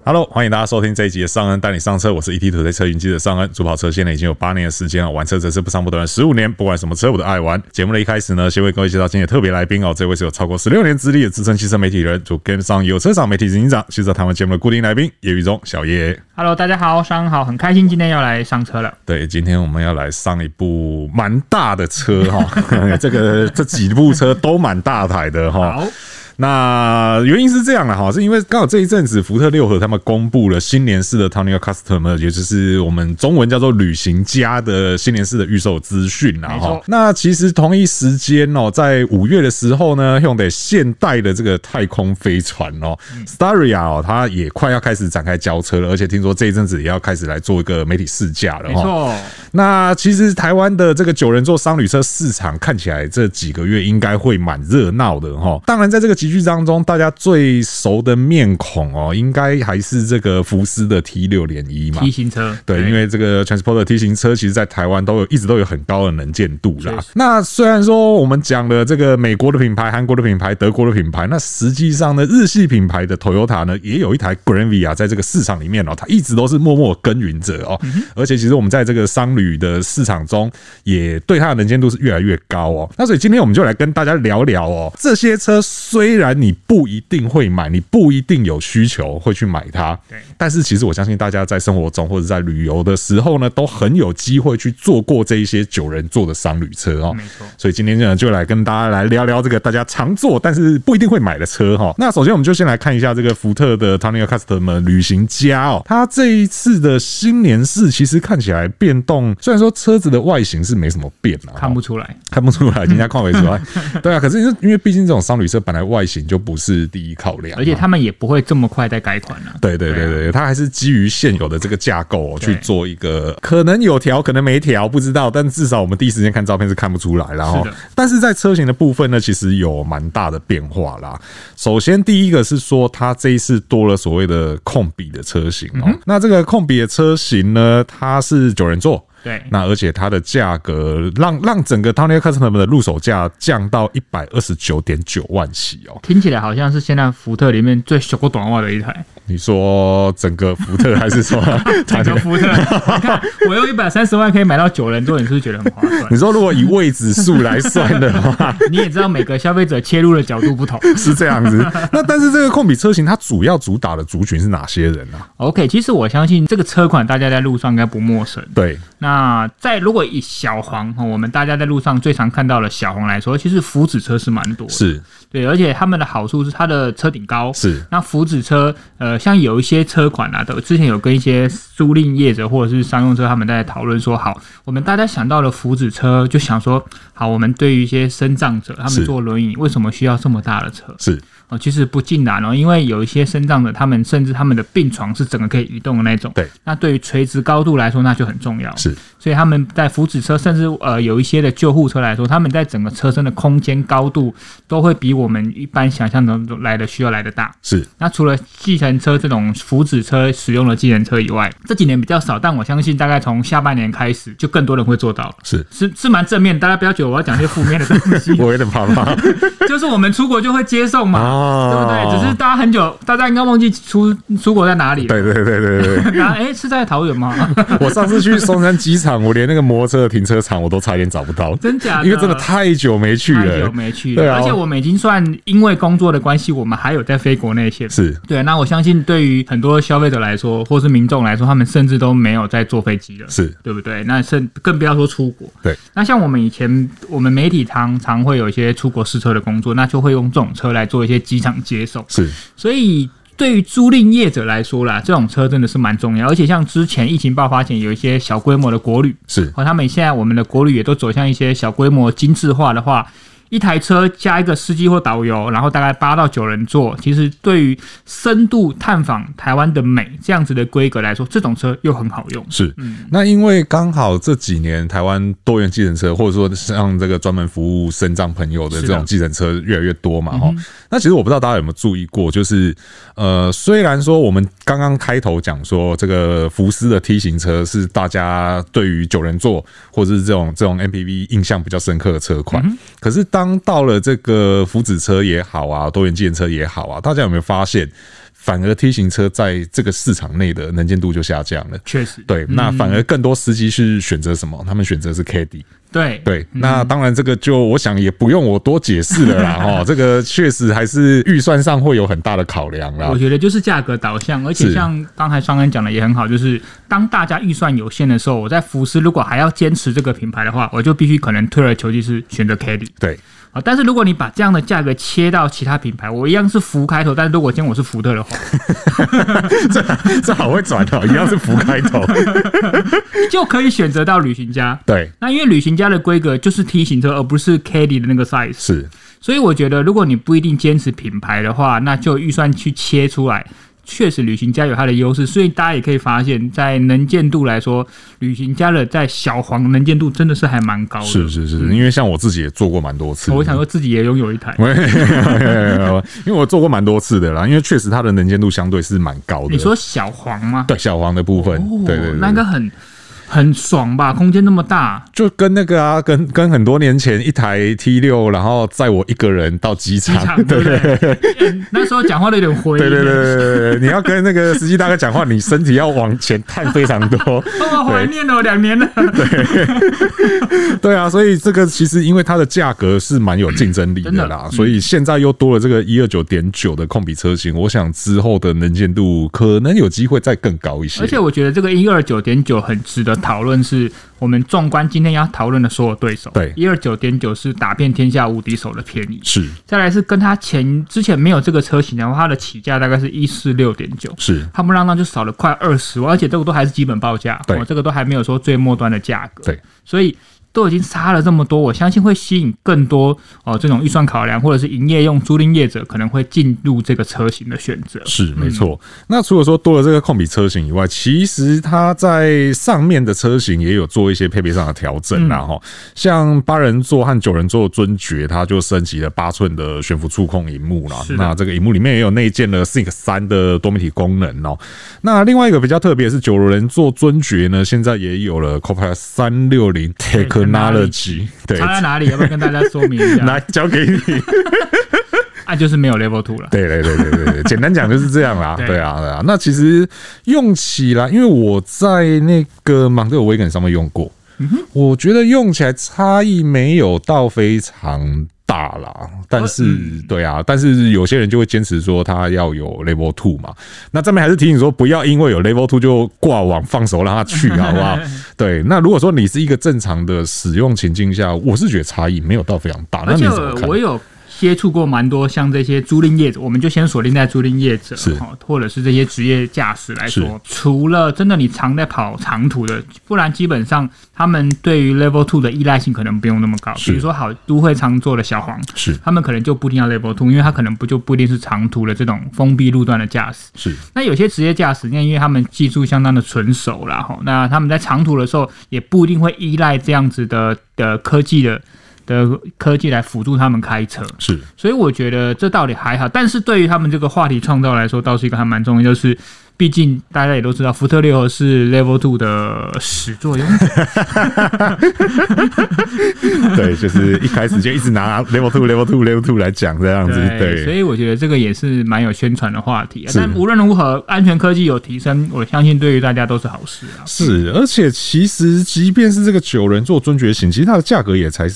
Hello， 欢迎大家收听这一集的尚恩带你上车，我是 ET2 车云记的尚恩。主跑车现在已经有8年的时间了，玩车则是不长不短15年，不管什么车我都爱玩。节目的一开始呢，先为各位介绍今天的特别来宾哦，这位是有超过16年资历的资深汽车媒体人，主跟上有车厂媒体执行长，是在台湾节目的固定来宾叶宇中小叶。 Hello， 大家好，尚恩好，很开心今天要来上车了。 对，今天我们要来上一部蛮大的车哈，这几部车都蛮大台的哈。那原因是这样啦，是因为刚好这一阵子福特六合他们公布了新年式的 Tundra Custom， 也就是我们中文叫做旅行家的新年式的预售资讯啦。那其实同一时间在5月的时候呢，用的现代的这个太空飞船Staria 它也快要开始展开交车了，而且听说这一阵子也要开始来做一个媒体试驾了。 没错。 那其实台湾的这个9人座商旅车市场看起来这几个月应该会蛮热闹的齁。当然在这个集聚当中，大家最熟的面孔应该还是这个福斯的 T601 嘛 ，T 型车。 对，因为这个 Transporter T 型车其实在台湾一直都有很高的能见度啦。那虽然说我们讲了这个美国的品牌、韩国的品牌、德国的品牌，那实际上呢，日系品牌的 Toyota 呢也有一台 Granvia 在这个市场里面它一直都是默默耕耘者而且其实我们在这个商旅的市场中也对它的能见度是越来越高那所以今天我们就来跟大家聊聊这些车虽然你不一定会买，你不一定有需求会去买它，但是其实我相信大家在生活中或者在旅游的时候呢，都很有机会去坐过这一些9人座的商旅车没错。 所以今天呢，就来跟大家来聊聊这个大家常坐但是不一定会买的车那首先我们就先来看一下这个福特的 Tundra Custom 旅行家它这一次的新年式其实看起来变动，虽然说车子的外形是没什么变看不出来， 人家看不出来对啊，可是因为毕竟这种商旅车本来外形就不是第一考量， 而且他们也不会这么快再改款了。 对，它还是基于现有的这个架构去做一个可能有调可能没调不知道，但至少我们第一时间看照片是看不出来啦但是在车型的部分呢，其实有蛮大的变化啦。首先第一个是说它这一次多了所谓的控比的车型那这个控比的车型呢，它是9人座。 对， 那而且它的价格让整个 Tundra Custom 的入手价降到129.9万起听起来好像是现在福特里面最小过短袜的一台。 你说整个福特还是说整个福特？你看我用130万可以买到9人座，你是不是觉得很划算？ 你说如果以位置数来算的话， 你也知道每个消费者切入的角度不同， 是这样子。那但是这个控比车型它主要主打的族群是哪些人啊 ？OK， 其实我相信这个车款大家在路上应该不陌生。 对。 那如果以小黄我们大家在路上最常看到的小黄来说，其实福祉车是蛮多的。 是。 对，而且他们的好处是它的车顶高。 是。那福祉车像有一些车款之前有跟一些租赁业者或者是商用车他们在讨论说，好，我们大家想到了福祉车就想说，好，我们对于一些身障者他们坐轮椅为什么需要这么大的车？ 是。 其实不尽然因为有一些身障者他们甚至他们的病床是整个可以移动的那种。 对。 那对于垂直高度来说那就很重要。 是。 所以他们在福祉车甚至有一些的救护车来说，他们在整个车身的空间高度都会比我们一般想象中需要来的大。是。那除了计程车这种福祉车使用的计程车以外，这几年比较少，但我相信大概从下半年开始就更多人会做到了。是蛮正面，大家不要觉得我要讲些负面的东西。 我有点怕就是我们出国就会接送嘛对不对？只是大家应该忘记出国在哪里了。 对然后是在桃园吗？ 我上次去松山机场，我连那个摩托车的停车场我都差点找不到。 真假的？ 因为真的太久没去了。 对而且我们已经算因为工作的关系，我们还有在飞国内线。 是。对， 那我相信对于很多消费者来说，或是民众来说，他们甚至都没有在坐飞机了。是。对不对？那更不要说出国。对。那像我们媒体常会有一些出国试车的工作，那就会用这种车来做一些机场接送。是。所以对于租赁业者来说啦，这种车真的是蛮重要。而且像之前疫情爆发前有一些小规模的国旅，是他们现在我们的国旅也都走向一些小规模精致化的话，一台车加一个司机或导游，然后大概8到9人座，其实对于深度探访台湾的美这样子的规格来说，这种车又很好用。是。 那因为刚好这几年台湾多元计程车或者说像这个专门服务身障朋友的这种计程车越来越多嘛那其实我不知道大家有没有注意过，就是虽然说我们刚刚开头讲说这个福斯的 T 型车是大家对于9人座或者是这种 MPV 印象比较深刻的车款可是当到了这个福祉车也好啊，多元计程车也好啊，大家有没有发现反而 T 型车在这个市场内的能见度就下降了。 确实， 对，那反而更多司机是选择什么？他们选择是 Caddy。对，那当然这个就我想也不用我多解释了啦这个确实还是预算上会有很大的考量啦。 我觉得就是价格导向，而且像刚才双恩讲的也很好，就是当大家预算有限的时候，我在福斯如果还要坚持这个品牌的话，我就必须可能退而求其次选择 Caddy。 对。 但是如果你把这样的价格切到其他品牌，我一样是福开头，但是如果今天我是福特的话， 这好会转哦，一样是福开头， 就可以选择到旅行家。 对， 那因为旅行家的规格就是 T 型车，而不是 Caddy 的那个 size。 是， 所以我觉得如果你不一定坚持品牌的话，那就预算去切出来。确实，旅行家有它的优势，所以大家也可以发现，在能见度来说，旅行家的在小黄能见度真的是还蛮高的。 是，因为像我自己也做过蛮多次， 我想说自己也拥有一台， 因为我做过蛮多次的啦，因为确实它的能见度相对是蛮高的。 你说小黄吗？ 对，小黄的部分，对， 那应该很爽吧，空间那么大， 就跟那个啊，跟很多年前一台 T6， 然后载我一个人到机场， 对不对？那时候讲话都有点灰， 对，你要跟那个司机大哥讲话，你身体要往前探非常多。 我怀念了2年了。 对啊，所以这个其实因为它的价格是蛮有竞争力的啦，所以现在又多了这个 129.9 的控比车型，我想之后的能见度可能有机会再更高一些。 而且我觉得这个 129.9 很值得讨论，是我们纵观今天要讨论的所有对手。 对， 129.9 是打遍天下无敌手的便宜。 是， 再来是跟他之前没有这个车型的话，它的起价大概是146.9， 是， 他们让就少了快20万，而且这个都还是基本报价， 对， 这个都还没有说最末端的价格。 对， 所以都已经差了这么多，我相信会吸引更多这种预算考量或者是营业用租赁业者可能会进入这个车型的选择。 是，没错。那除了说多了这个控比车型以外，其实它在上面的车型也有做一些配备上的调整啦。像8人座和9人座的尊爵，它就升级了8寸的悬浮触控萤幕啦。那这个萤幕里面也有内建了 Sync 3的多媒体功能哦。那另外一个比较特别的是9人座尊爵呢，现在也有了 Copilot 360 Technology， 对， 差在哪里？要不要跟大家说明一下？ 来，交给你。 就是没有 Level 2了。 对，简单讲就是这样啦。对啊。那其实用起来，因为我在那个 Mondeo Wagon 上面用过，我觉得用起来差异没有到非常大啦，但是对啊，但是有些人就会坚持说他要有 Level 2嘛。那这边还是提醒说，不要因为有 Level 2就挂网放手让他去，好不好？对，那如果说你是一个正常的使用情境下，我是觉得差异没有到非常大。 而且我有接触过蛮多像这些租赁业者，我们就先锁定在租赁业者，或者是这些职业驾驶来说，除了真的你常在跑长途的，不然基本上他们对于 Level 2的依赖性可能不用那么高。比如说好都会常做的小黄，他们可能就不一定要 Level 2，因为他可能就不一定是长途的这种封闭路段的驾驶。那有些职业驾驶，因为他们技术相当的纯熟啦，那他们在长途的时候也不一定会依赖这样子的科技来辅助他们开车，所以我觉得这道理还好。但是对于他们这个话题创造来说，倒是一个还蛮重要，就是毕竟大家也都知道，福特6是 Level 2的始作俑者。 对，就是一开始就一直拿 Level 2来讲这样子。对， 所以我觉得这个也是蛮有宣传的话题。但无论如何，安全科技有提升，我相信对于大家都是好事啊。 是，而且其实即便是这个9人座尊爵型，其实它的价格也才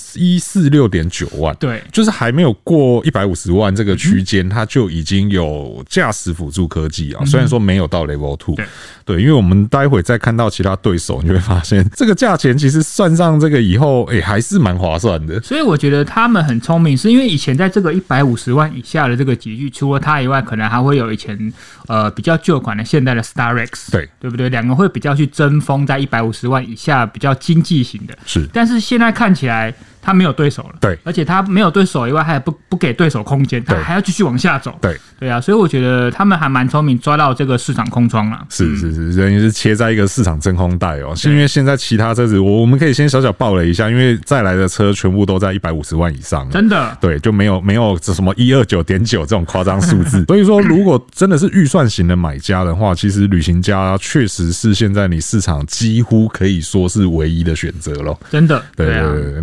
146.9万， 对， 就是还没有过150万这个区间，它就已经有驾驶辅助科技啊。虽然说没有到 Level 2，对，因为我们待会再看到其他对手，你会发现这个价钱其实算上这个以后，还是蛮划算的。 所以我觉得他们很聪明，是因为以前在这个150万以下的这个级距，除了它以外，可能还会有以前比较旧款的现代的 StarX， 对不对？两个会比较去争锋在150万以下比较经济型的，但是现在看起来他没有对手了， 对， 而且他没有对手以外，他也不给对手空间，他还要继续往下走，对啊，所以我觉得他们还蛮聪明，抓到这个市场空窗了。 是，等于是切在一个市场真空带哦。是因为现在其他车子，我们可以先小小爆了一下，因为再来的车全部都在150万以上， 真的， 对，就没有什么129.9这种夸张数字。所以说，如果真的是预算型的买家的话，其实旅行家确实是现在你市场几乎可以说是唯一的选择咯。 真的， 对。那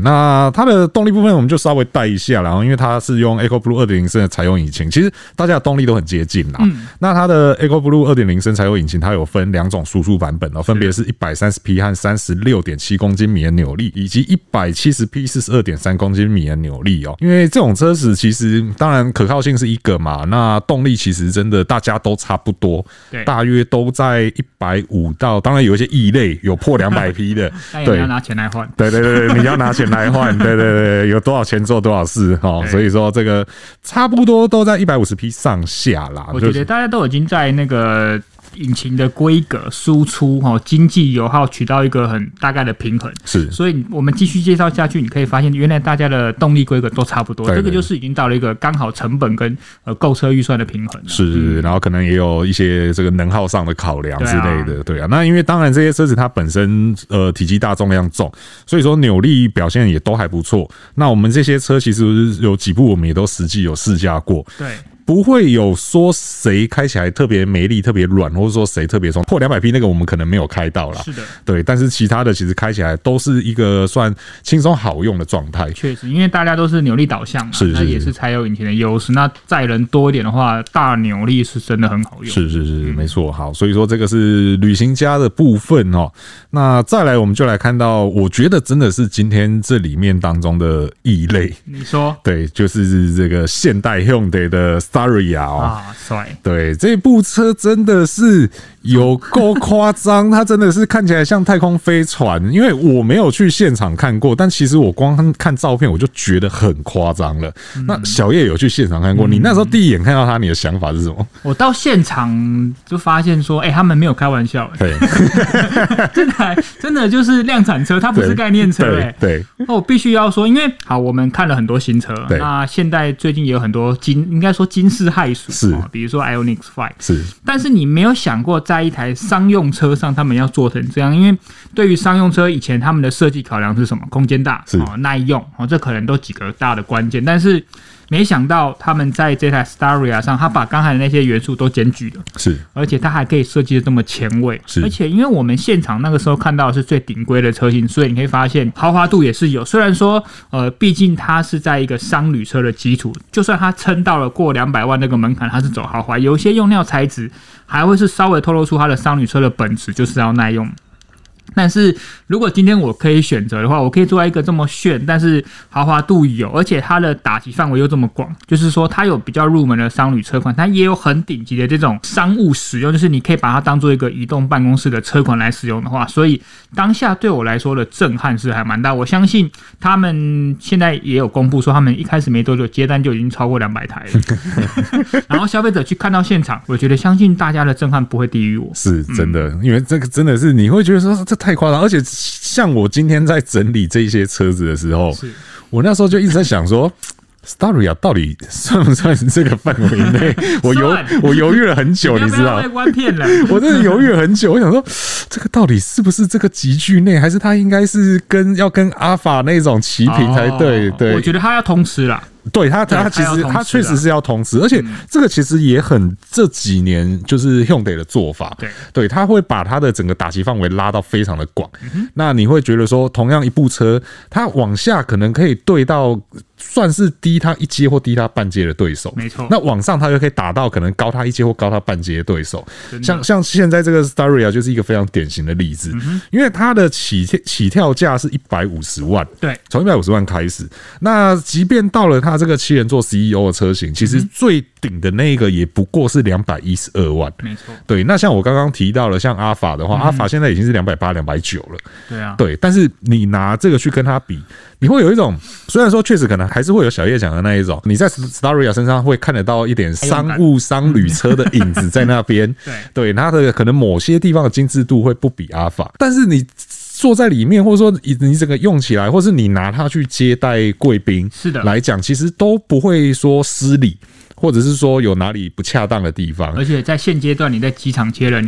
那它的动力部分我们就稍微带一下啦，然后因为它是用 EcoBlue 2.0 升的柴油引擎，其实大家的动力都很接近啦。那它的 EcoBlue 2.0 升柴油引擎，它有分2种输出版本哦，分别是130匹和36.7公斤米的扭力，以及170匹 42.3公斤米的扭力哦。因为这种车子其实当然可靠性是一个嘛，那动力其实真的大家都差不多，大约都在150到，当然有一些异类有破200匹的， 对，要拿钱来换， 对，你要拿钱来换，对，有多少钱做多少事哦。所以说这个差不多都在150匹上下啦。 我觉得大家都已经在那个引擎的规格、输出、经济油耗取到一个很大概的平衡， 是。 所以我们继续介绍下去，你可以发现原来大家的动力规格都差不多，这个就是已经到了一个刚好成本跟购车预算的平衡了。 是，然后可能也有一些这个能耗上的考量之类的，对啊。那因为当然这些车子它本身体积大、重量重，所以说扭力表现也都还不错。那我们这些车其实有几部我们也都实际有试驾过， 对。 不会有说谁开起来特别没力、特别软，或者说谁特别松。破200匹那个我们可能没有开到啦， 是的， 对。但是其他的其实开起来都是一个算轻松好用的状态。 确实，因为大家都是扭力导向嘛，那也是柴油引擎的优势。那载人多一点的话，大扭力是真的很好用。 是，没错。好，所以说这个是旅行家的部分哦。那再来我们就来看到，我觉得真的是今天这里面当中的异类。 你说？ 对，就是这个现代 Hyundai 的Staria 哦， 帅！ 对，这部车真的是有够夸张，它真的是看起来像太空飞船。因为我没有去现场看过，但其实我光看照片我就觉得很夸张了。那小叶有去现场看过，你那时候第一眼看到它，你的想法是什么？ 我到现场就发现说，他们没有开玩笑， 对， 真的就是量产车，它不是概念车， 对。 那我必须要说，因为好，我们看了很多新车，那现在最近也有很多应该说惊世骇俗， 是， 比如说 Ioniq 5， 是。 但是你没有想过，在一台商用车上，他们要做成这样，因为对于商用车以前他们的设计考量是什么？空间大，耐用，这可能都几个大的关键，但是没想到他们在这台 Staria 上，他把刚才的那些元素都兼具了， 是， 而且他还可以设计的这么前卫， 是。 而且因为我们现场那个时候看到的是最顶规的车型，所以你可以发现豪华度也是有。虽然说毕竟它是在一个商旅车的基础，就算它撑到了过200万那个门槛，它是走豪华，有一些用料材质还会是稍微透露出它的商旅车的本质，就是要耐用。但是如果今天我可以选择的话，我可以做一个这么炫，但是豪华度有，而且它的打击范围又这么广，就是说它有比较入门的商旅车款，它也有很顶级的这种商务使用，就是你可以把它当做一个移动办公室的车款来使用的话，所以当下对我来说的震撼是还蛮大。我相信他们现在也有公布说，他们一开始没多久接单就已经超过200台了然后消费者去看到现场，我觉得相信大家的震撼不会低于我， 是真的，因为这个真的是你会觉得说这太夸张，而且像我今天在整理这些车子的时候，我那时候就一直在想说，Staria 到底算不算是这个范围内？我犹豫了很久，你知道？我真的犹豫了很久，我想说，这个到底是不是这个级距内，还是它应该是要跟 Alpha 那种齐平才对？对， 我觉得它要通吃啦。 对它其实它确实是要同时，而且这个其实也很这几年就是 Hyundai 的做法，对，它会把它的整个打击范围拉到非常的广。那你会觉得说，同样一部车，它往下可能可以对到算是低它一阶或低它半阶的对手， 没错。 那往上它就可以打到可能高它一阶或高它半阶的对手，像现在这个 Staria 就是一个非常典型的例子，因为它的起跳价是150万， 对， 从150万开始，那即便到了它这个7人座 CEO 的车型，其实最顶的那个也不过是212万， 没错。 对，那像我刚刚提到了，像阿法的话，阿法现在已经是280、290了， 对啊， 对。但是你拿这个去跟它比，你会有一种，虽然说确实可能还是会有小叶讲的那一种，你在 Staria 身上会看得到一点商旅车的影子在那边，对，它的可能某些地方的精致度会不比阿法，但是你坐在里面，或者说你整个用起来，或是你拿它去接待贵宾， 是的来讲，其实都不会说失礼，或者是说有哪里不恰当的地方。 而且在现阶段，你在机场接人，你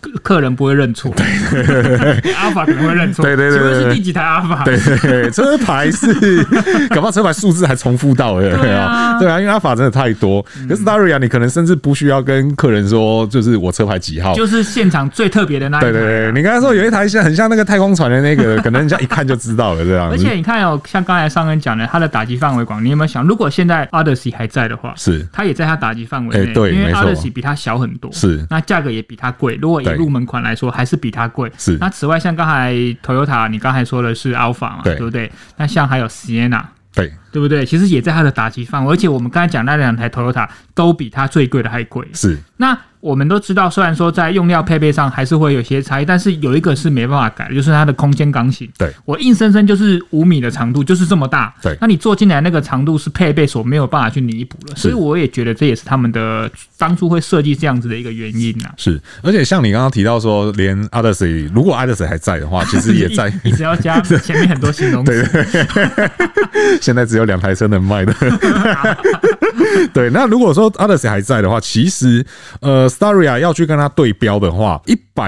客人不会认错，对，阿尔法可能会认错，对，请问是第几台阿尔法？ 对，车牌是，搞不好车牌数字还重复到了，对啊，因为阿尔法真的太多。可是 Staria 你可能甚至不需要跟客人说，就是我车牌几号， 就是现场最特别的那一台。 对，你刚才说有一台很像那个太空船的那个，可能人家一看就知道了这样。 而且你看像刚才上恩讲的，它的打击范围广，你有没有想，如果现在 Odyssey 还在的话， 是它也在它打击范围内， 对， 因为 Odyssey 比它小很多， 是那价格也比它贵。如果以入门款来说，还是比它贵。 是那此外，像刚才 Toyota， 你刚才说的是 Alpha 嘛，对不对？那像还有 Sienna。对不对？其实也在它的打击范围，而且我们刚才讲那两台 Toyota 都比它最贵的还贵。 是， 那我们都知道，虽然说在用料配备上还是会有些差异，但是有一个是没办法改的，就是它的空间刚性。 对， 我硬生生就是5米的长度，就是这么大。 对， 那你做进来那个长度是配备所没有办法去弥补了，所以我也觉得这也是他们的当初会设计这样子的一个原因啊。 是，而且像你刚刚提到说，连 Odyssey 如果 Odyssey 还在的话，其实也在， 你只要加前面很多形容词。 对，现在只有2台车能卖的。对，那如果说 Odyssey 还在的话，其实Staria 要去跟它对标的话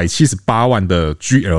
，178万的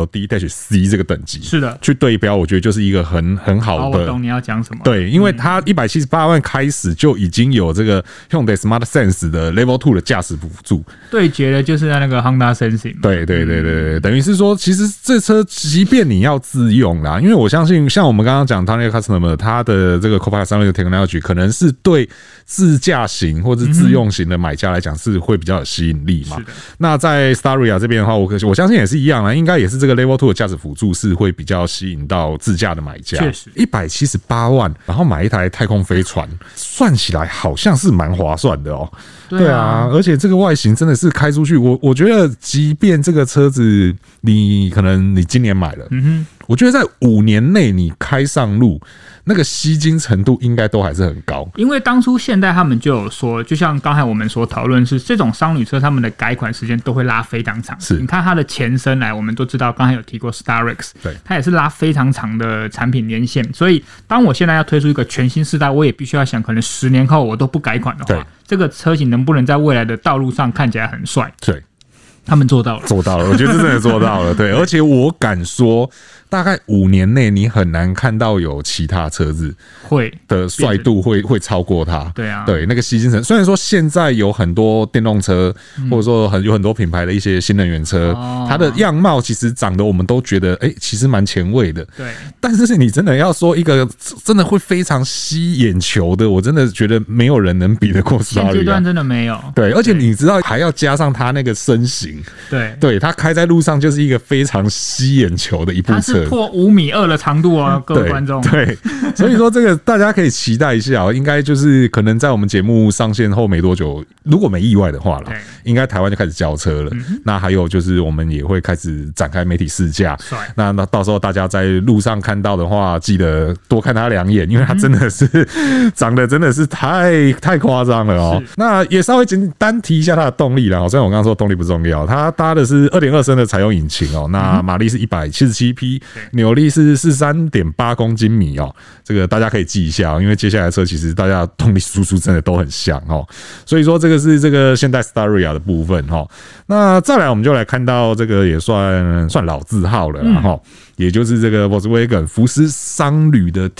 GLD-C 这个等级， 是的， 去对标，我觉得就是一个很好的。 我懂你要讲什么。 对，因为它178万开始就已经有这个 Hyundai Smart Sense 的 Level 2的驾驶辅助， 对决的就是那个 Honda Sensing。 对，等于是说，其实这车即便你要自用啦，因为我相信像我们刚刚讲 Target Customer 它的这个 Copilot 3的 Technology 可能是对自驾型或者自用型的买家来讲是会比较有吸引力嘛。那在 Staria 这边的话，我相信也是一样啦，应该也是这个 Level 2的驾驶辅助是会比较吸引到自驾的买家。 确实 ，178万，然后买一台太空飞船，算起来好像是蛮划算的哦。对啊，而且这个外形真的是开出去，我觉得即便这个车子可能你今年买了，我觉得在5年内你开上路，那个吸睛程度应该都还是很高。 因为当初现代他们就有说，就像刚才我们所讨论是这种商旅车，他们的改款时间都会拉非常长。 是， 你看它的前身来，我们都知道，刚才有提过 Starex， 对，它也是拉非常长的产品年限。所以当我现在要推出一个全新世代，我也必须要想，可能10年后我都不改款的话，这个车型能不能在未来的道路上看起来很帅？ 对。 他们做到了， 我觉得这真的做到了。对，而且我敢说，大概5年内你很难看到有其他车子会的帅度会超过它。 对啊， 对，那个吸睛程，虽然说现在有很多电动车，或者说有很多品牌的一些新能源车，它的样貌其实长得我们都觉得，其实蛮前卫的。 对， 但是你真的要说一个真的会非常吸眼球的，我真的觉得没有人能比得过 Staria。现阶段真的没有。 对，而且你知道还要加上它那个身形。对，它开在路上就是一个非常吸眼球的一部车，它是破5.2米的长度哦，各位观众。 对，所以说这个大家可以期待一下，应该就是可能在我们节目上线后没多久，如果没意外的话啦，应该台湾就开始交车了。那还有就是我们也会开始展开媒体试驾，那到时候大家在路上看到的话，记得多看它2眼，因为它真的是长得真的是太夸张了哦。那也稍微简单提一下它的动力啦，虽然我刚刚说动力不重要，它搭的是2.2升的柴油引擎哦，那马力是177匹，扭力是43.8公斤米哦，这个大家可以记一下，因为接下来的车其实大家动力输出真的都很像哦，所以说这个是这个现代 Staria 的部分哦。那再来我们就来看到这个也算老字号了哈。也就是这个 Volkswagen 福斯商旅的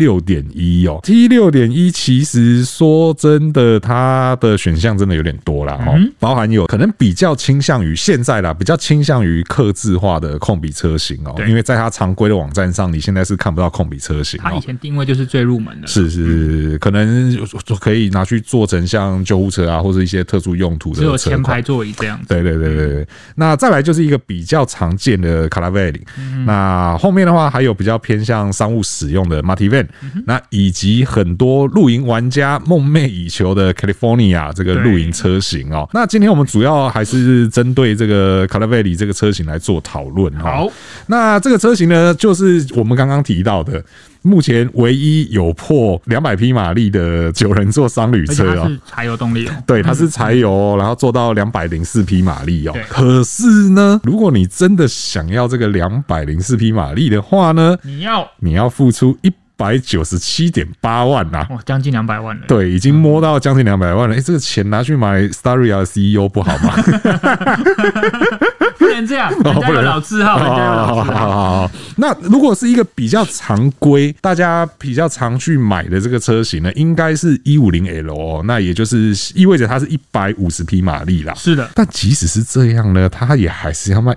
T6.1 哦 ，T6.1 其实说真的，它的选项真的有点多啦哦，包含有可能比较倾向于现在啦，比较倾向于客制化的控比车型哦，因为在它常规的网站上，你现在是看不到控比车型。 它以前定位就是最入门的， 是，可能可以拿去做成像救护车啊，或者一些特殊用途的车款， 只有前排座椅这样子。 对。那再来就是一个比较常见的 Caravelle， 那后面的话还有比较偏向商务使用的 Multivan， 那以及很多露营玩家梦寐以求的 California 这个露营车型哦。那今天我们主要还是针对这个 Caravelle 这个车型来做讨论哈。好，那这个车型呢，就是我们刚刚提到的。目前唯一有破200匹马力的9人座商旅车哦， 它是柴油动力哦， 对，它是柴油，然后做到204匹马力哦。可是呢，如果你真的想要这个204匹马力的话呢，你要付出197.8万呐， 将近200万了。 对，已经摸到将近200万了。这个钱拿去买 Staria 的 CEO 不好吗？ 能这样，人家有老字号，人家有老字号。 那如果是一个比较常规，大家比较常去买的这个车型呢，应该是150L 哦，那也就是意味着它是150匹马力啦。 是的， 但即使是这样呢，它也还是要卖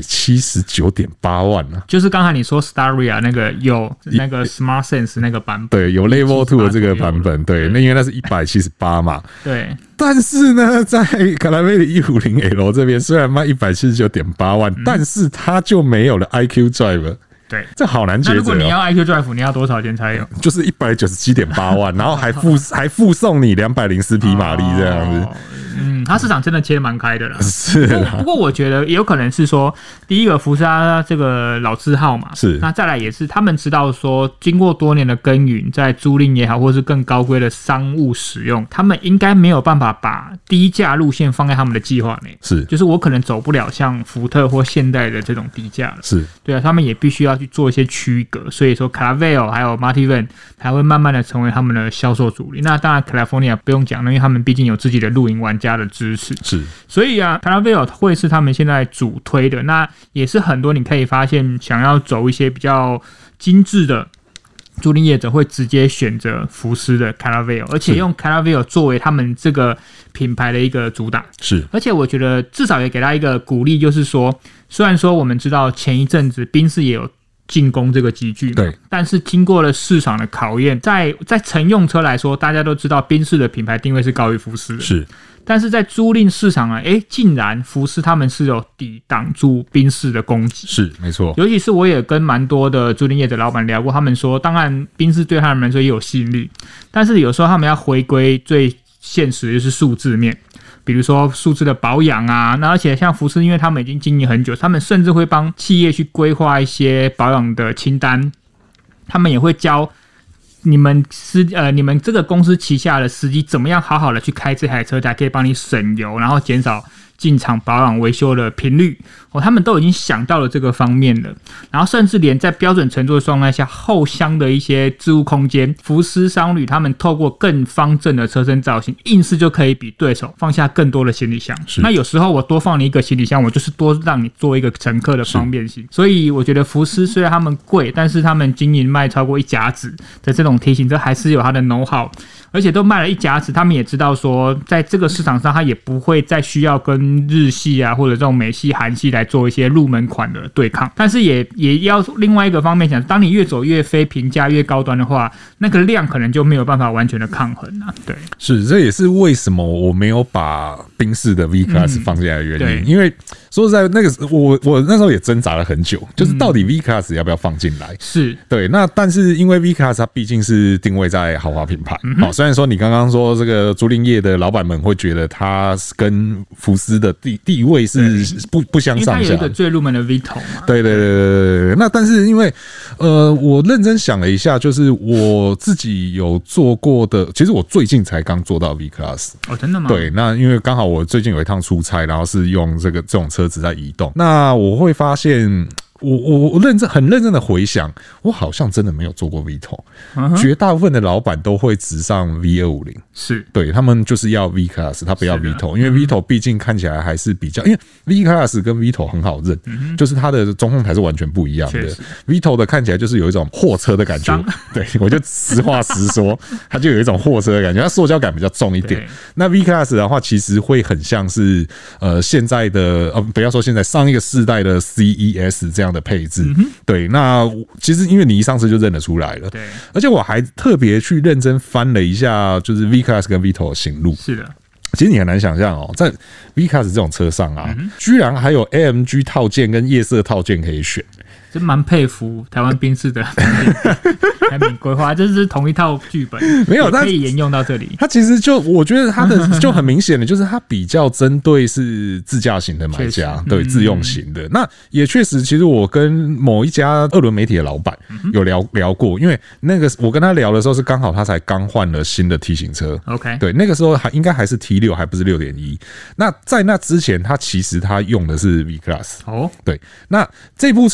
179.8万呢。 就是刚才你说 Staria 那个有那个 Smart Sense 那个版本， 对，有 Level 2的这个版本，对，那因为那是178嘛， 对。 但是呢，在卡拉菲的150L 这边，虽然卖179.8万，但是它就没有了 IQ Drive。 对， 这好难抉择。 如果你要 IQ Drive， 你要多少钱才有？ 就是197.8万，然后还附送你204匹马力这样子。 它市场真的切蛮开的啦。 是啦， 不过我觉得也有可能是说，第一个福斯它这个老字号嘛， 是。 那再来也是他们知道说，经过多年的耕耘，在租赁也好，或是更高规的商务使用，他们应该没有办法把低价路线放在他们的计划内。 是， 就是我可能走不了像福特或现代的这种低价了。 是， 对啊，他们也必须要去做一些区隔。所以说 Caravelle 还有 Multivan 还会慢慢的成为他们的销售主力。那当然 California 不用讲，因为他们毕竟有自己的露营玩家的支持。 是， 所以啊 Caravelle 会是他们现在主推的。那也是很多你可以发现想要走一些比较精致的租赁业者会直接选择福斯的 Caravelle， 而且用 Caravelle 作为他们这个品牌的一个主打。 是， 而且我觉得至少也给他一个鼓励，就是说，虽然说我们知道前一阵子宾士也有进攻这个级距， 对， 但是经过了市场的考验，在乘用车来说，大家都知道宾士的品牌定位是高于福斯的， 是。 但是在租赁市场呢，竟然福斯他们是有抵挡住宾士的攻击， 是没错。 尤其是我也跟蛮多的租赁业的老板聊过，他们说，当然宾士对他们来说也有吸引力，但是有时候他们要回归最现实的就是数字面。比如说数字的保养啊，那而且像福斯，因为他们已经经营很久，他们甚至会帮企业去规划一些保养的清单，他们也会教你们这个公司旗下的司机怎么样好好的去开这台车，才可以帮你省油，然后减少进场保养维修的频率。他们都已经想到了这个方面了，然后甚至连在标准乘坐的状态下，后箱的一些置物空间，福斯商旅他们透过更方正的车身造型，硬是就可以比对手放下更多的行李箱。那有时候我多放你一个行李箱，我就是多让你做一个乘客的方便性。所以我觉得福斯虽然他们贵，但是他们经营卖超过1甲子的这种T型车还是有它的 know how， 而且都卖了1甲子，他们也知道说在这个市场上他也不会再需要跟日系啊或者这种美系韩系来做一些入门款的对抗，但是也要另外一个方面想，当你越走越非平价越高端的话，那个量可能就没有办法完全的抗衡啊。对，是， 这也是为什么我没有把宾士的 V Class 放进来的原因，因为说实在那个我那时候也挣扎了很久，就是到底 V Class 要不要放进来。 是对， 那但是因为 V Class 它毕竟是定位在豪华品牌，虽然说你刚刚说这个租赁业的老板们会觉得它跟福斯的地位是不相上下， 因为它有一个最入门的 Vito 嘛。 对。那但是因为我认真想了一下，就是我自己有做过的，其实我最近才刚做到 V Class。 哦，真的吗？ 对，那因为刚好我最近有一趟出差，然后是用这种车子在移动，那我会发现。我很认真的回想，我好像真的没有做过 Vito，绝大部分的老板都会直上 V250， 是对他们就是要 V Class， 他不要 Vito， 因为 Vito 毕竟看起来还是比较，因为 V Class 跟 Vito 很好认，就是它的中控台是完全不一样的。Vito 的看起来就是有一种货车的感觉，对，我就实话实说，它就有一种货车的感觉，它塑胶感比较重一点。那 V Class 的话，其实会很像是现在的不要说现在上一个世代的 CES 这样的配置，对，那其实因为你一上车就认得出来了，对，而且我还特别去认真翻了一下，就是 V Class 跟 Vito 的型录，是的。其实你很难想象在 V Class 这种车上啊，居然还有 AMG 套件跟夜色套件可以选。 真蛮佩服台湾宾士的产品规划，这是同一套剧本，没有可以沿用到这里。 它其实就我觉得它的就很明显的，就是它比较针对是自驾型的买家，对，自用型的。那也确实，其实我跟某一家2轮媒体的老板有聊过，因为那个我跟他聊的时候是刚好他才刚换了新的 T 型车 ，OK， 对，那个时候应该还是 T6， 还不是 6.1。那在那之前，他其实他用的是 V Class， 哦，对，那这部车其实对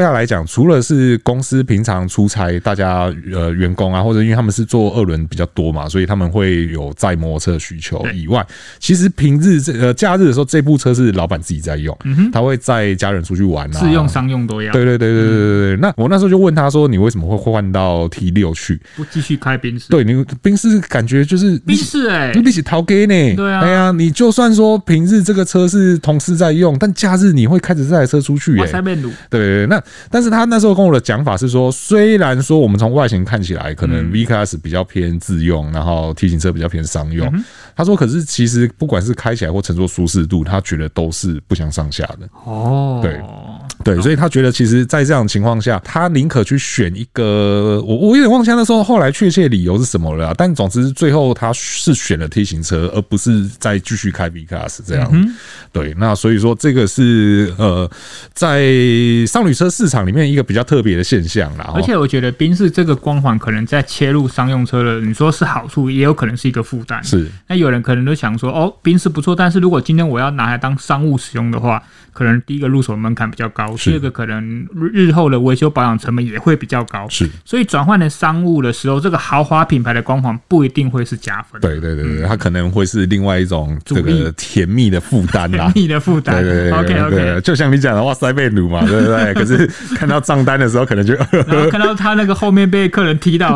对他来讲，除了是公司平常出差，大家员工啊，或者因为他们是做2轮比较多嘛，所以他们会有载摩托车的需求以外，其实平日假日的时候，这部车是老板自己在用，他会载家人出去玩啊， 自用商用都要。 对。那我那时候就问他说：“你为什么会换到 T6 去？ 不继续开宾士？” 对，你宾士感觉就是宾士你是逃给呢？ 对啊， 哎呀，你就算说平日这个车是同事在用，但假日你会开着这台车出去对，那但是他那时候跟我的讲法是说，虽然说我们从外形看起来可能 V Class 比较偏自用，然后 T 型车比较偏商用，他说可是其实不管是开起来或乘坐舒适度，他觉得都是不相上下的。对，所以他觉得其实在这样的情况下，他宁可去选一个我有点忘记那时候后来确切理由是什么了啦，但总之最后他是选了 T 型车，而不是再继续开 V Class 这样。对，那所以说这个是在商旅车市场里面一个比较特别的现象啦。 而且我觉得宾士这个光环可能在切入商用车的，你说是好处，也有可能是一个负担。 是， 那有人可能都想说，宾士不错，但是如果今天我要拿来当商务使用的话，可能第一个入手门槛比较高，第二个可能日后的维修保养成本也会比较高。 是， 所以转换成商务的时候，这个豪华品牌的光环不一定会是加分。 对，它可能会是另外一种这个甜蜜的负担啦。 甜蜜的负担。 对 OK， 就像你讲的，哇塞被掳嘛，对不对？可是看到账单的时候，可能就然后看到他那个后面被客人踢到，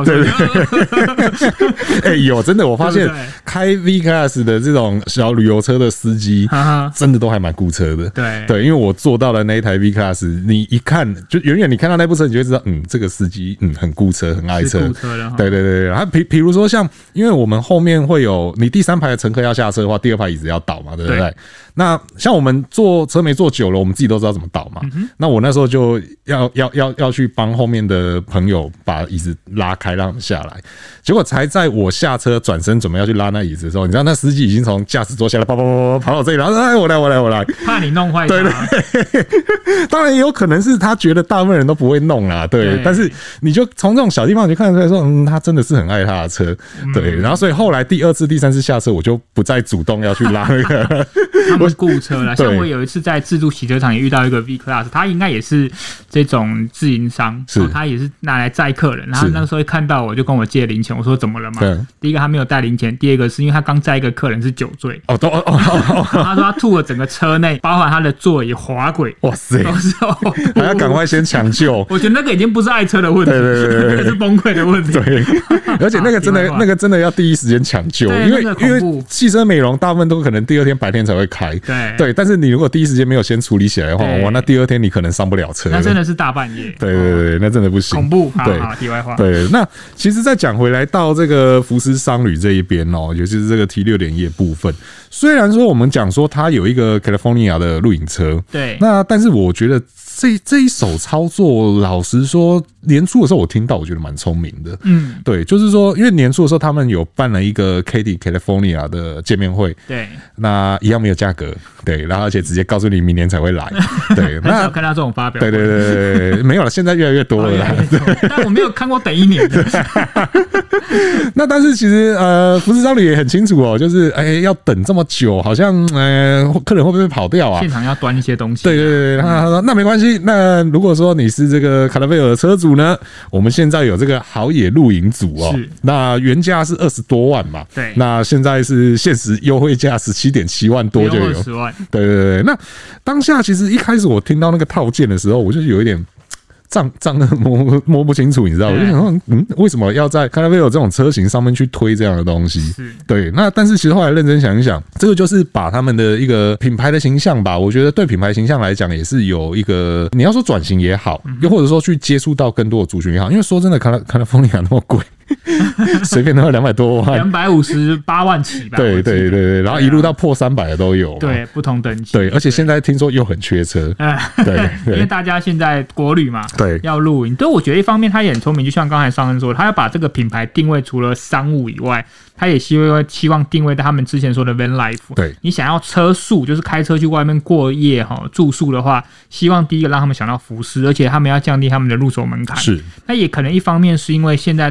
对，有真的，我发现开 V Class 的这种小旅游车的司机，真的都还蛮顾车的。对，因为我坐到了那一台 V Class， 你一看就远远你看到那部车，你就会知道，这个司机很顾车，很爱车。对，然后比如说像，因为我们后面会有你第3排的乘客要下车的话，第2排椅子要倒嘛，对不对？那像我们坐车没坐久了，我们自己都知道怎么倒嘛。那我那时候就要去帮后面的朋友把椅子拉开，让他们下来。结果才在我下车转身准备要去拉那椅子的时候，你知道那司机已经从驾驶座下来，跑到这里，然后说：“我来。” 怕你弄坏它。 对，当然也有可能是他觉得大部分人都不会弄啦，对。但是你就从这种小地方你就看得出来说，他真的是很爱他的车，对。然后所以后来第2次、第3次下车，我就不再主动要去拉那个。 他们顾车啦，像我有一次在自助洗车场也遇到一个 V Class， 他应该也是这种自营商，他也是拿来载客人，然后那个时候一看到我就跟我借零钱，我说怎么了嘛？第一个他没有带零钱，第二个是因为他刚载一个客人是酒醉，他说他吐了整个车内，包含他的座椅、滑轨， 哇塞，还要赶快先抢救。 我觉得那个已经不是爱车的问题，那个是崩溃的问题。 对，而且那个真的要第一时间抢救，因为汽车美容大部分都可能第2天白天才会开，对，但是你如果第一时间没有先处理起来的话，哇，那第2天你可能上不了车， 那真的是大半夜。 对，那真的不行， 恐怖。 对， 题外话。 对，那其实再讲回来到这个福斯商旅这一边哦，尤其是这个 T6.1 的部分，虽然说我们讲说它有一个 California 的露营车， 对， 那但是我觉得这一手操作，老实说，年初的时候我听到，我觉得蛮聪明的。对，就是说，因为年初的时候他们有办了一个 Katy California 的见面会， 对， 那一样没有价格，对，然后而且直接告诉你明年才会来，对， 很少看到这种发表， 对，没有了，现在越来越多了啦， 但我没有看过等1年的。 那但是其实福斯商旅也很清楚哦，就是要等这么久，好像客人会不会跑掉啊？ 现场要端一些东西。 对，他说那没关系。那如果说你是这个卡拉菲尔的车主呢，我们现在有这个好野露营组哦，那原价是20多万嘛， 对， 那现在是限时优惠价17.7万多就有 ，20万。 对，那当下其实一开始我听到那个套件的时候，我就有一点。账摸不清楚，你知道？我就想说，为什么要在 Caravelle 这种车型上面去推这样的东西？对，那但是其实后来认真想一想，这个就是把他们的一个品牌的形象吧，我觉得对品牌形象来讲也是有一个，你要说转型也好，又或者说去接触到更多的族群也好，因为说真的，California 那么贵。随便都要200多万 ，258万起吧。 对，然后一路到破300的都有。 对，不同等级。 对，而且现在听说又很缺车。对， 因为大家现在国旅嘛， 对， 要露营。对，我觉得一方面他也很聪明，就像刚才尚恩说的，他要把这个品牌定位除了商务以外，他也希望定位在他们之前说的 van life。 对， 你想要车宿，就是开车去外面过夜住宿的话，希望第一个让他们想到福斯，而且他们要降低他们的入手门槛。 是， 那也可能一方面是因为现在大家露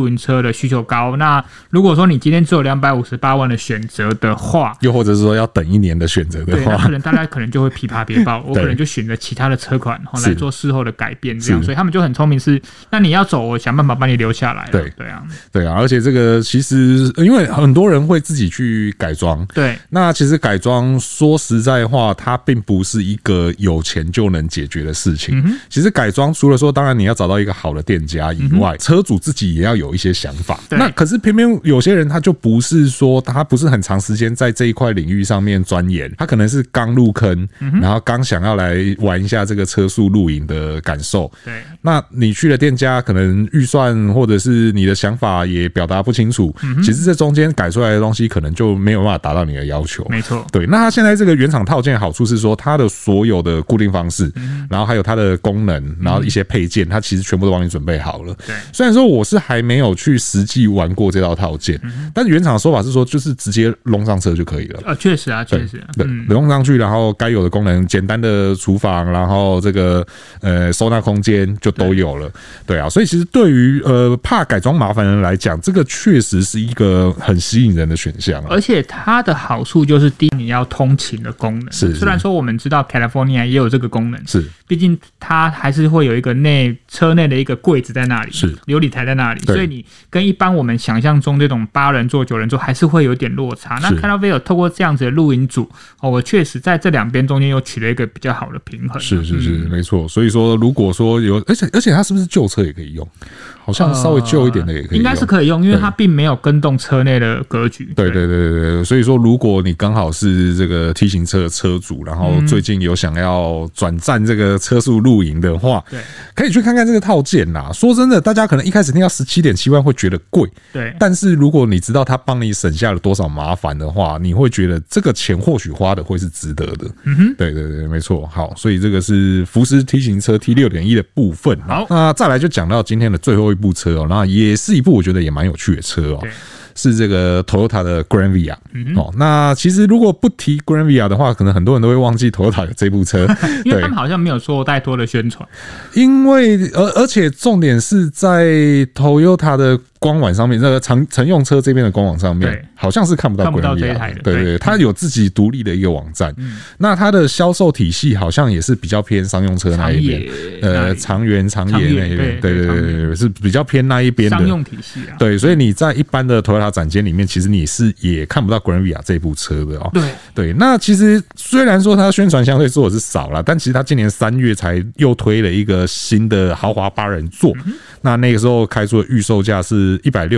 露营车的需求高。那如果说你今天只有258万的选择的话， 又或者是说要等1年的选择的话， 对，那可能大家可能就会琵琶别抱，我可能就选择其他的车款来做事后的改变，这样，所以他们就很聪明是，那你要走，我想办法把你留下来。 对啊，而且这个其实因为很多人会自己去改装， 对， 那其实改装说实在话，它并不是一个有钱就能解决的事情。其实改装除了说，当然你要找到一个好的店家以外，车主自己也要有一些想法。那可是偏偏有些人他就不是说他不是很长时间在这一块领域上面钻研，他可能是刚入坑，然后刚想要来玩一下这个车速露营的感受。 对， 那你去了店家，可能预算或者是你的想法也表达不清楚，其实这中间改出来的东西可能就没有办法达到你的要求。 没错， 对。那它现在这个原厂套件的好处是说，它的所有的固定方式，然后还有它的功能，然后一些配件，它其实全部都帮你准备好了。 对， 虽然说我是还没有去实际玩过这套套件，但是原厂的说法是说，就是直接弄上车就可以了。 确实啊，确实， 对，弄上去，然后该有的功能，简单的厨房，然后这个收纳空间就都有了。对啊，所以其实对于怕改装麻烦的人来讲，这个确实是一个很吸引人的选项。 而且它的好处就是，第一，你要通勤的功能。是，虽然说我们知道 California 也有这个功能， 是， 毕竟它还是会有一个车内的一个柜子在那里， 是， 流理台在那里，所以你跟一般我们想象中这种8人座、9人座还是会有点落差。那看到 Vail 透过这样子的露营组，我确实在这两边中间又取了一个比较好的平衡。 是，没错。所以说，如果说有，而且它是不是旧车也可以用？好像稍微旧一点的也可以用， 应该是可以用，因为它并没有跟动车内的格局。 对，所以说如果你刚好是这个 T 型车的车主，然后最近有想要转战这个车速露营的话，对，可以去看看这个套件啦。说真的，大家可能一开始听到17.7万会觉得贵， 对， 但是如果你知道它帮你省下了多少麻烦的话，你会觉得这个钱或许花的会是值得的。对，没错。好，所以这个是福斯 T 型车 T6.1 的部分。好，那再来就讲到今天的最后一部车哦，那也是一部我觉得也蛮有趣的车哦，是这个 Toyota 的 Grand Via。那其实如果不提 Grand Via 的话，可能很多人都会忘记 Toyota 有这部车， 因为他们好像没有做太多的宣传。 因为而且重点是在 Toyota 的官网上面，那个乘用车这边的官网上面，好像是看不到 Grand Via 的。对，它有自己独立的一个网站。那它的销售体系好像也是比较偏商用车那一边，长野那一边，对，是比较偏那一边的商用体系啊。 对，所以你在一般的 Toyota 展间里面，其实你是也看不到 Grand Via 这部车的哦。对，那其实虽然说它宣传相对做的是少了，但其实它今年3月才又推了一个新的豪华8人座。那个时候开出的预售价是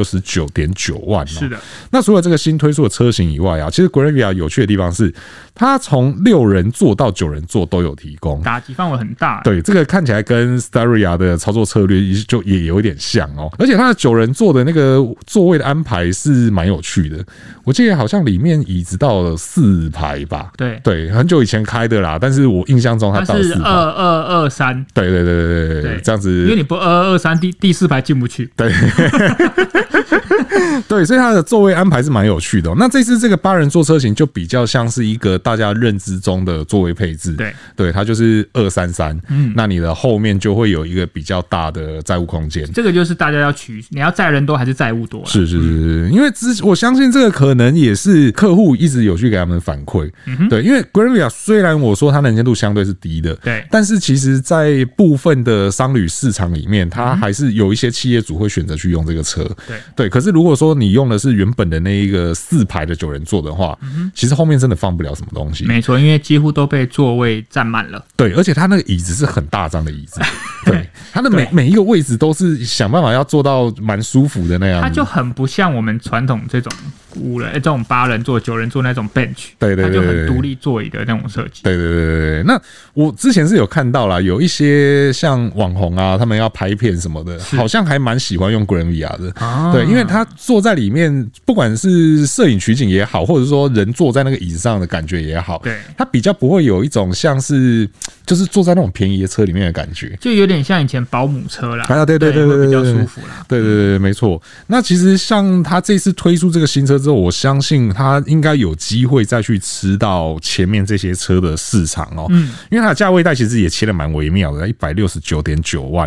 169.9万。 是的。 那除了这个新推出的车型以外啊，其实 Grand Via 有趣的地方是，它从6人座到9人座都有提供， 打击范围很大。 对，这个看起来跟 Staria 的操作策略就也有一点像哦。而且它的9人座的那个座位的安排是蛮有趣的，我记得好像里面椅子到了4排吧。对，很久以前开的啦，但是我印象中它到了4排。 2223。 对，这样子， 因为你不2223第4排进不去。 对。对，所以它的座位安排是蛮有趣的哦。那这次这个8人座车型就比较像是一个大家认知中的座位配置。对，它就是233。那你的后面就会有一个比较大的载物空间。 这个就是大家要你要载人多还是载物多啦？ 是，因为我相信这个可能也是客户一直有去给他们反馈。对，因为 Grand Via 虽然我说它能见度相对是低的， 对， 但是其实在部分的商旅市场里面，它还是有一些企业主会选择去用这个车。对，可是如果说你用的是原本的那一个4排的9人座的话，其实后面真的放不了什么东西。 没错，因为几乎都被座位占满了。 对，而且它那个椅子是很大张的椅子。对，它的每一个位置都是想办法要做到蛮舒服的那样子。 它就很不像我们传统这种这种8人座、9人座那种 bench。 对， 它就很独立座椅的那种设计。 对。那我之前是有看到啦，有一些像网红啊，他们要拍片什么的，好像还蛮喜欢用 Grand Via 的。对，因为他坐在里面，不管是摄影取景也好，或者说人坐在那个椅子上的感觉也好， 对， 他比较不会有一种像是就是坐在那种便宜的车里面的感觉， 就有点像以前保姆车啦。 对， 比较舒服啦。 对，没错。那其实像他这次推出这个新车之后，我相信他应该有机会再去吃到前面这些车的市场哦。因为它的价位带其实也切得蛮微妙的，169.9万。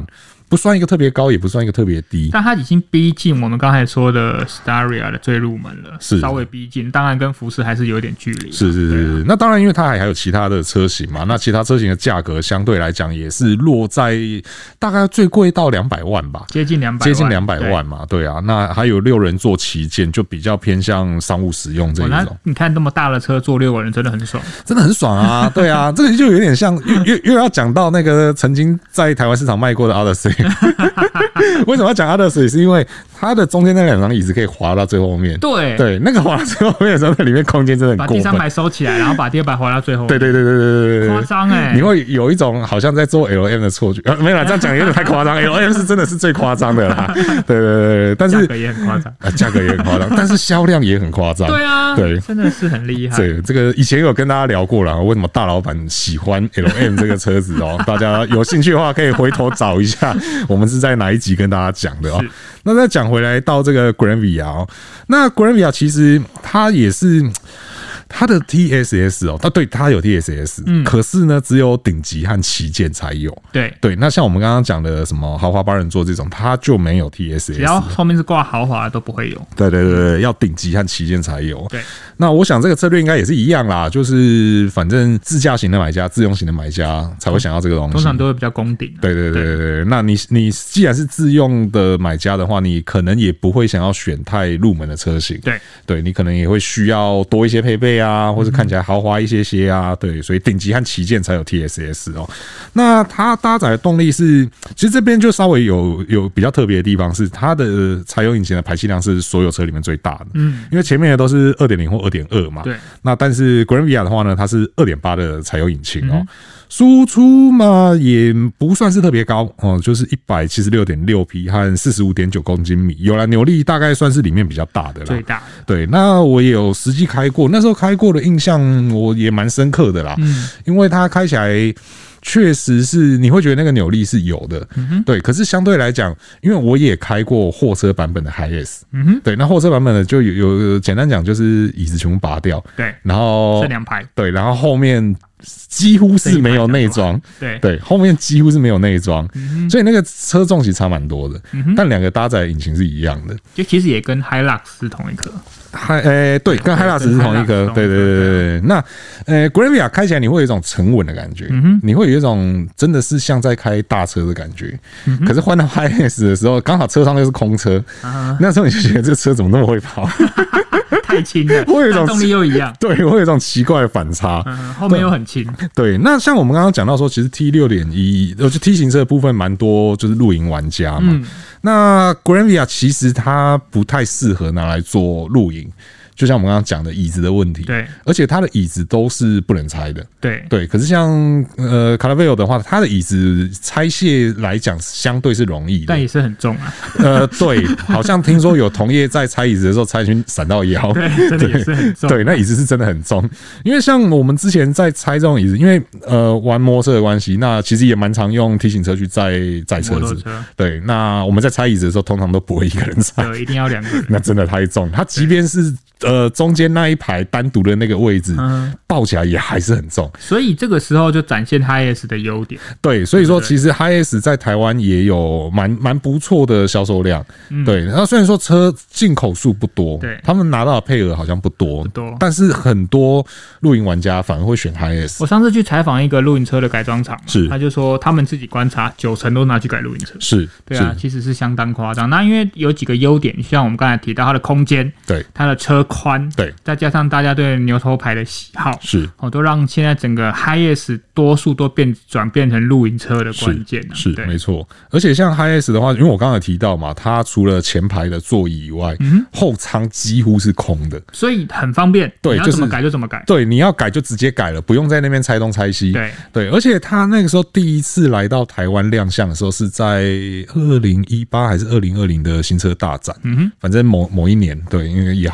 不算一个特别高，也不算一个特别低， 但它已经逼近我们刚才说的 Staria 的最入门了，是稍微逼近，当然跟福斯还是有点距离。 是，那当然，因为它还有其他的车型嘛，那其他车型的价格相对来讲也是落在大概最贵到200万吧， 接近200 万嘛，对啊，那还有6人座旗舰就比较偏向商务使用这一种。 你看这么大的车坐6个人真的很爽， 真的很爽啊！对啊，这个就有点像又要讲到那个曾经在台湾市场卖过的 Odyssey。为什么要讲 Odyssey？ 是因为它的中间那2张椅子可以滑到最后面。对，那个滑到最后面的时候，在里面空间真的很过分。 把第3排收起来，然后把第2排滑到最后面。 对， 夸张哎！ 你会有一种好像在做 LM 的错觉。没有啦，这样讲有点太夸张。LM 是真的是最夸张的啦。对，但是价格也很夸张。 价格也很夸张，但是销量也很夸张。 对啊，对，真的是很厉害。 对，这个以前有跟大家聊过了，为什么大老板喜欢 LM 这个车子哦？大家有兴趣的话，可以回头找一下，我们是在哪一集跟大家讲的哦。那再讲回来到这个 Granvia 哦，那 Granvia 其实它也是。它的 TSS 哦，它有 TSS，可是呢，只有顶级和旗舰才有。对，那像我们刚刚讲的什么豪华8人座这种，它就没有 TSS， 只要后面是挂豪华的都不会有。 对，要顶级和旗舰才有。 对， 那我想这个策略应该也是一样啦，就是反正自驾型的买家、自用型的买家才会想要这个东西， 通常都会比较攻顶。 对，那你既然是自用的买家的话，你可能也不会想要选太入门的车型。对，你可能也会需要多一些配备啊，或是看起来豪华一些啊，对，所以顶级和旗舰才有 TSS 哦。那它搭载的动力是，其实这边就稍微有比较特别的地方是，它的柴油引擎的排气量是所有车里面最大的，因为前面的都是 2.0 或 2.2 嘛， 对。 那但是 Granvia 的话呢，它是 2.8 的柴油引擎哦。输出嘛也不算是特别高哦，就是 176.6 匹和 45.9 公斤米，有啦，扭力大概算是里面比较大的啦， 最大的。 对，那我也有实际开过，那时候开过的印象我也蛮深刻的啦，因为它开起来确实是你会觉得那个扭力是有的，对。可是相对来讲，因为我也开过货车版本的 Hiace，对，那货车版本的就有简单讲就是椅子全部拔掉， 对， 然后剩2排， 对，然后后面几乎是没有内装，对，后面几乎是没有内装，所以那个车重其实差蛮多的，但2个搭载引擎是一样的， 就其实也跟 Hilux 是同一颗。 对，跟 Hilux 是同一颗，对。那Granvia 开起来你会有一种沉稳的感觉，你会有一种真的是像在开大车的感觉。可是换到 Hiace 的时候，刚好车上又是空车，那时候你就觉得这个车怎么那么会跑？ 太轻了， 会有一种动力又一样， 对，会有一种奇怪的反差。 后面又很轻， 对。那像我们刚刚讲到说，其实 T6.1 就 T 型车的部分蛮多，就是露营玩家嘛。那 Granvia 其实它不太适合拿来做露营，就像我们刚刚讲的椅子的问题， 对， 而且它的椅子都是不能拆的， 对。 可是像Caravelle 的话，它的椅子拆卸来讲相对是容易的， 但也是很重啊。 对，好像听说有同业在拆椅子的时候拆进去闪到腰， 对，真的也是很重。 对，那椅子是真的很重，因为像我们之前在拆这种椅子，因为玩摩托车的关系，那其实也蛮常用 T 型车去载车子，对。那我们在拆椅子的时候，通常都不会一个人拆， 对，一定要2个人， 那真的太重，它即便是中间那一排单独的那个位置，抱起来也还是很重， 所以这个时候就展现 Hiace 的优点。 对，所以说其实 Hiace 在台湾也有蛮不错的销售量，对。然后虽然说车进口数不多，对，他们拿到的配额好像不多，但是很多露营玩家反而会选 Hiace。 我上次去采访一个露营车的改装厂， 是， 他就说他们自己观察90%都拿去改露营车， 是， 对啊，其实是相当夸张。那因为有几个优点，像我们刚才提到它的空间， 对， 它的车宽， 对， 再加上大家对牛头牌的喜好， 是都让现在整个 Hiace 多数都转变成露营车的关键， 是没错。而且像 Hiace 的话，因为我刚才提到嘛，它除了前排的座椅以外，后舱几乎是空的， 所以很方便，对，你要怎么改就怎么改， 对，你要改就直接改了，不用在那边拆东拆西，对。而且它那个时候第一次来到台湾亮相的时候是在2018还是2020的新车大展，反正某一年，对，因为也好久没有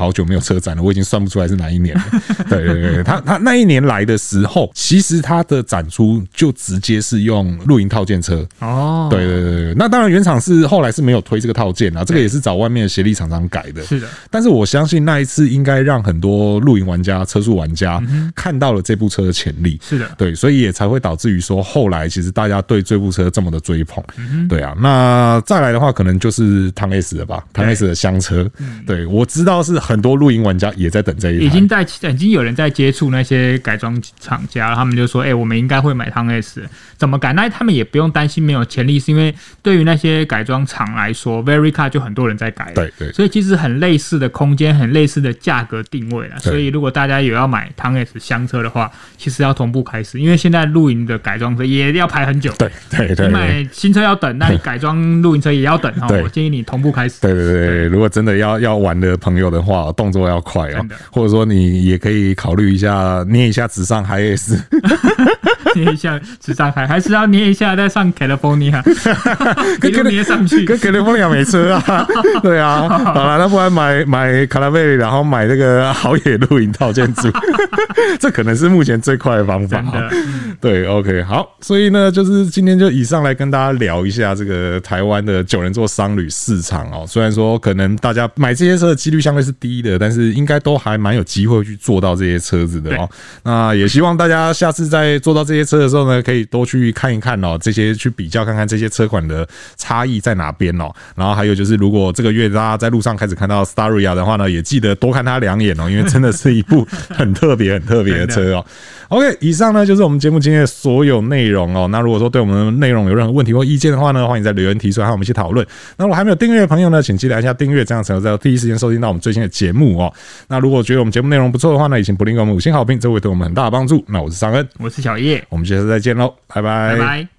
车展了，我已经算不出来是哪一年了。对对对，他那一年来的时候，其实他的展出就直接是用露营套件车。哦，对对对，那当然原厂是后来是没有推这个套件啊，这个也是找外面的协力厂商改的。 是的， 但是我相信那一次应该让很多露营玩家、车速玩家看到了这部车的潜力。 是的， 对，所以也才会导致于说后来其实大家对这部车这么的追捧。对啊，那再来的话，可能就是汤 S 了吧，汤 S 的厢车。对，我知道是很多露营玩家也在等这一台， 已经有人在接触那些改装厂家，他们就说：“我们应该会买汤 S， 怎么改？”那他们也不用担心没有潜力，是因为对于那些改装厂来说 ，Verycar 就很多人在改了， 对对， 所以其实很类似的空间，很类似的价格定位了。所以如果大家有要买汤 S 厢车的话，其实要同步开始，因为现在露营的改装车也要排很久。 对对对， 你买新车要等，那你改装露营车也要等哈。我建议你同步开始。 对对对，如果真的要玩的朋友的话，动作要快哦，或者说你也可以考虑一下捏一下直上 Hi-S。 捏一下直上海，还是要捏一下再上 California， 一路捏上去， 跟 California 没车啊，对啊，好了，那不然买卡拉贝，然后买这个好野露营套件组，这可能是目前最快的方法。对 ，OK， 好，所以呢，就是今天就以上来跟大家聊一下这个台湾的9人座商旅市场哦。虽然说可能大家买这些车的几率相对是低的，但是应该都还蛮有机会去做到这些车子的哦。那也希望大家下次在做到这些车的时候呢，可以多去看一看哦，这些去比较看看这些车款的差异在哪边哦。然后还有就是，如果这个月大家在路上开始看到 Staria 的话呢，也记得多看它2眼哦，因为真的是一部很特别的车哦。OK， 以上呢就是我们节目今天的所有内容哦。那如果说对我们的内容有任何问题或意见的话呢，欢迎在留言提出来和我们一起讨论。那如果还没有订阅的朋友呢，请记得按下订阅，这样才能在第一时间收听到我们最新的节目哦。那如果觉得我们节目内容不错的话呢，也请不吝给我们5星好评，这会对我们很大的帮助。那我是尚恩， 我是小叶， 我们下次再见喽，拜拜， 拜拜。